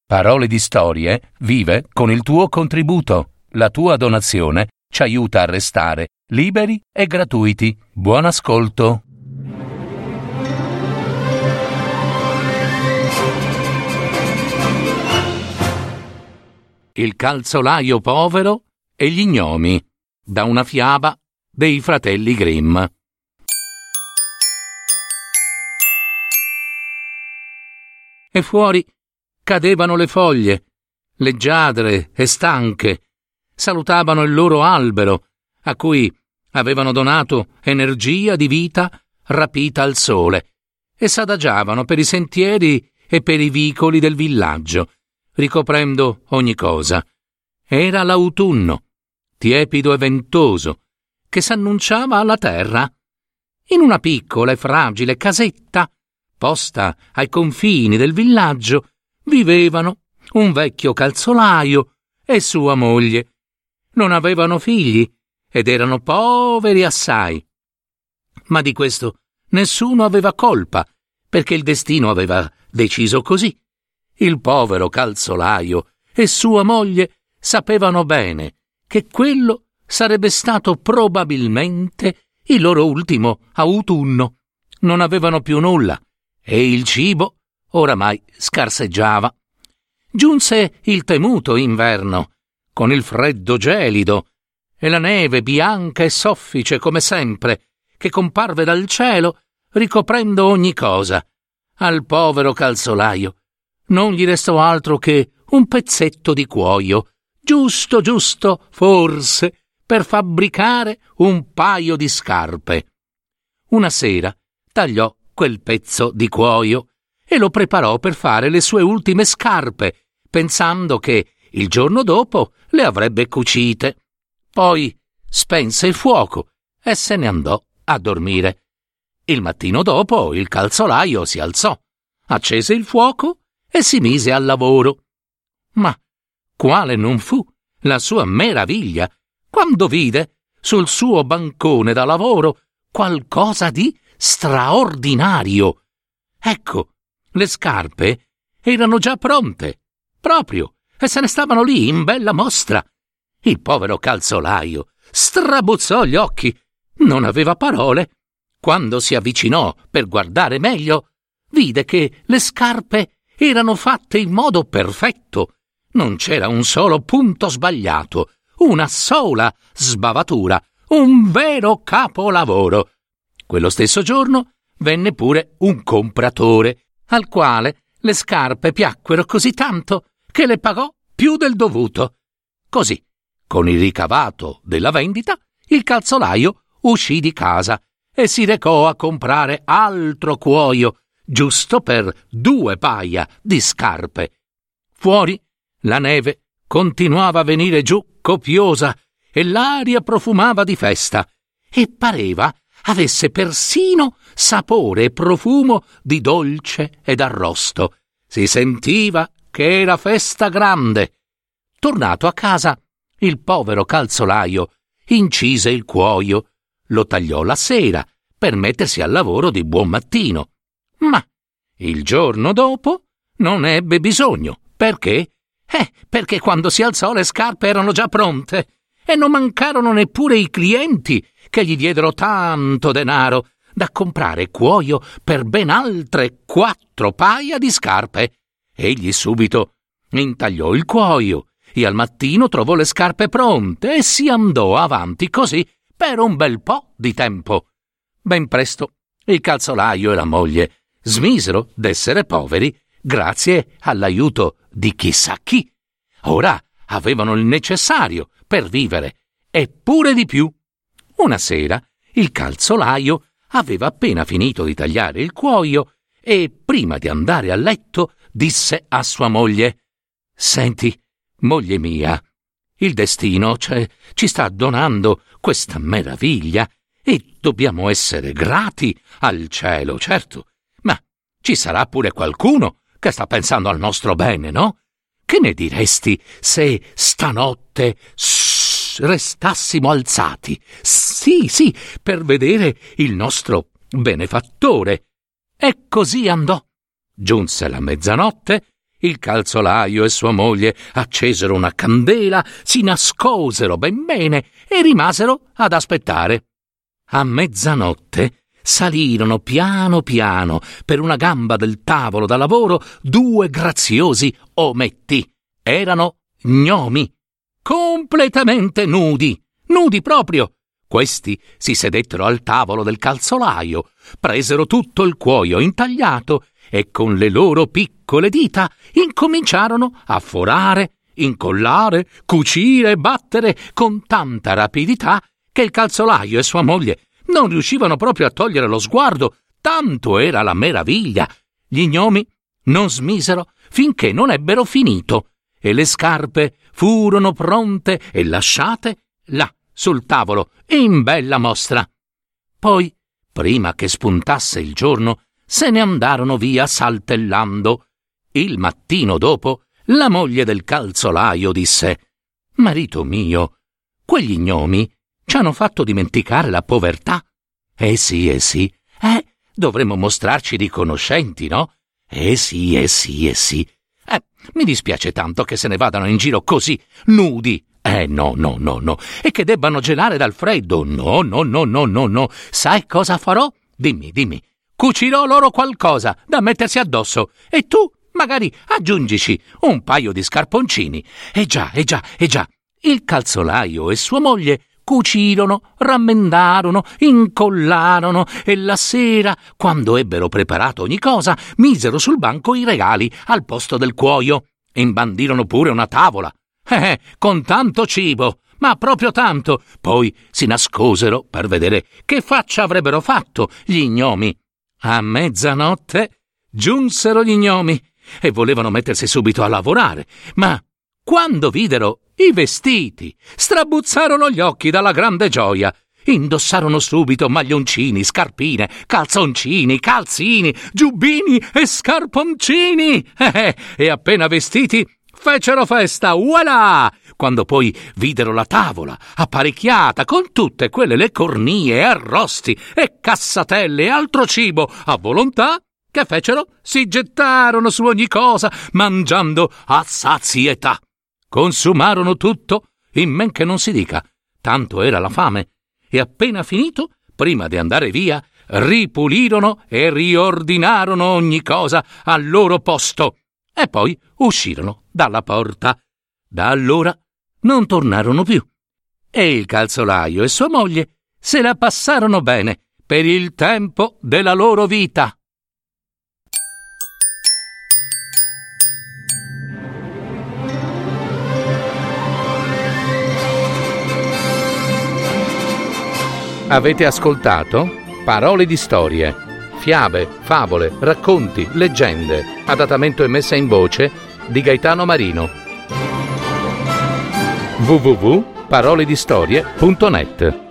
Parole di Storie vive con il tuo contributo. La tua donazione ci aiuta a restare liberi e gratuiti. Buon ascolto. Il calzolaio povero e gli gnomi, da una fiaba dei fratelli Grimm. E fuori cadevano le foglie, leggiadre e stanche, salutavano il loro albero, a cui avevano donato energia di vita rapita al sole, e s'adagiavano per i sentieri e per i vicoli del villaggio, ricoprendo ogni cosa. Era l'autunno, tiepido e ventoso, che s'annunciava alla terra. In una piccola e fragile casetta, posta ai confini del villaggio, vivevano un vecchio calzolaio e sua moglie. Non avevano figli ed erano poveri assai. Ma di questo nessuno aveva colpa, perché il destino aveva deciso così. Il povero calzolaio e sua moglie sapevano bene che quello sarebbe stato probabilmente il loro ultimo autunno. Non avevano più nulla e il cibo oramai scarseggiava. Giunse il temuto inverno, con il freddo gelido e la neve bianca e soffice come sempre, che comparve dal cielo ricoprendo ogni cosa. Al povero calzolaio non gli restò altro che un pezzetto di cuoio, giusto, forse, per fabbricare un paio di scarpe. Una sera tagliò quel pezzo di cuoio e lo preparò per fare le sue ultime scarpe, pensando che il giorno dopo le avrebbe cucite. Poi spense il fuoco e se ne andò a dormire. Il mattino dopo il calzolaio si alzò, accese il fuoco e si mise al lavoro. Ma quale non fu la sua meraviglia quando vide sul suo bancone da lavoro qualcosa di straordinario. Ecco, le scarpe erano già pronte, proprio, e se ne stavano lì in bella mostra. Il povero calzolaio strabuzzò gli occhi, non aveva parole. Quando si avvicinò per guardare meglio, vide che le scarpe erano fatte in modo perfetto. Non c'era un solo punto sbagliato, una sola sbavatura, un vero capolavoro. Quello stesso giorno venne pure un compratore, al quale le scarpe piacquero così tanto che le pagò più del dovuto. Così, con il ricavato della vendita, il calzolaio uscì di casa e si recò a comprare altro cuoio, giusto per 2 paia di scarpe. Fuori la neve continuava a venire giù copiosa e l'aria profumava di festa e pareva avesse persino sapore e profumo di dolce ed arrosto. Si sentiva che era festa grande. Tornato a casa, il povero calzolaio incise il cuoio, lo tagliò la sera per mettersi al lavoro di buon mattino. Ma il giorno dopo non ebbe bisogno. Perché? Perché quando si alzò le scarpe erano già pronte e non mancarono neppure i clienti che gli diedero tanto denaro da comprare cuoio per ben altre 4 paia di scarpe. Egli subito intagliò il cuoio e al mattino trovò le scarpe pronte e si andò avanti così per un bel po' di tempo. Ben presto il calzolaio e la moglie smisero d'essere poveri grazie all'aiuto di chissà chi. Ora avevano il necessario per vivere e pure di più. Una sera il calzolaio aveva appena finito di tagliare il cuoio e prima di andare a letto disse a sua moglie: «Senti, moglie mia, il destino ci sta donando questa meraviglia e dobbiamo essere grati al cielo, certo, ma ci sarà pure qualcuno che sta pensando al nostro bene, no? Che ne diresti se stanotte restassimo alzati, sì, per vedere il nostro benefattore?» E così andò. Giunse la mezzanotte, Il calzolaio e sua moglie accesero una candela, si nascosero ben bene e rimasero ad aspettare. A mezzanotte salirono piano piano per una gamba del tavolo da lavoro 2 graziosi ometti. Erano gnomi, completamente nudi proprio. Questi si sedettero al tavolo del calzolaio, presero tutto il cuoio intagliato e con le loro piccole dita incominciarono a forare, incollare, cucire e battere con tanta rapidità che il calzolaio e sua moglie non riuscivano proprio a togliere lo sguardo, tanto era la meraviglia. Gli gnomi non smisero finché non ebbero finito e le scarpe furono pronte e lasciate là sul tavolo in bella mostra. Poi, prima che spuntasse il giorno, se ne andarono via saltellando. Il mattino dopo, la moglie del calzolaio disse: «Marito mio, quegli gnomi ci hanno fatto dimenticare la povertà». Sì. Dovremmo mostrarci riconoscenti, no? Sì. Mi dispiace tanto che se ne vadano in giro così, nudi. No. E che debbano gelare dal freddo. No. Sai cosa farò? Dimmi. Cucirò loro qualcosa da mettersi addosso e tu magari aggiungici un paio di scarponcini. E già. Il calzolaio e sua moglie cucirono, rammendarono, incollarono e la sera, quando ebbero preparato ogni cosa, misero sul banco i regali al posto del cuoio. Imbandirono pure una tavola. Con tanto cibo, ma proprio tanto. Poi si nascosero per vedere che faccia avrebbero fatto gli gnomi. A mezzanotte giunsero gli gnomi e volevano mettersi subito a lavorare, ma quando videro i vestiti, strabuzzarono gli occhi dalla grande gioia. Indossarono subito maglioncini, scarpine, calzoncini, calzini, giubbini e scarponcini. E appena vestiti fecero festa, voilà! Quando poi videro la tavola apparecchiata con tutte quelle le cornie, arrosti e cassatelle e altro cibo a volontà, che fecero? Si gettarono su ogni cosa, mangiando a sazietà. Consumarono tutto, in men che non si dica, tanto era la fame, e appena finito, prima di andare via, ripulirono e riordinarono ogni cosa al loro posto, e poi uscirono dalla porta. Da allora non tornarono più, e il calzolaio e sua moglie se la passarono bene per il tempo della loro vita. Avete ascoltato Parole di storie, fiabe, favole, racconti, leggende, adattamento e messa in voce di Gaetano Marino. www.paroledistorie.net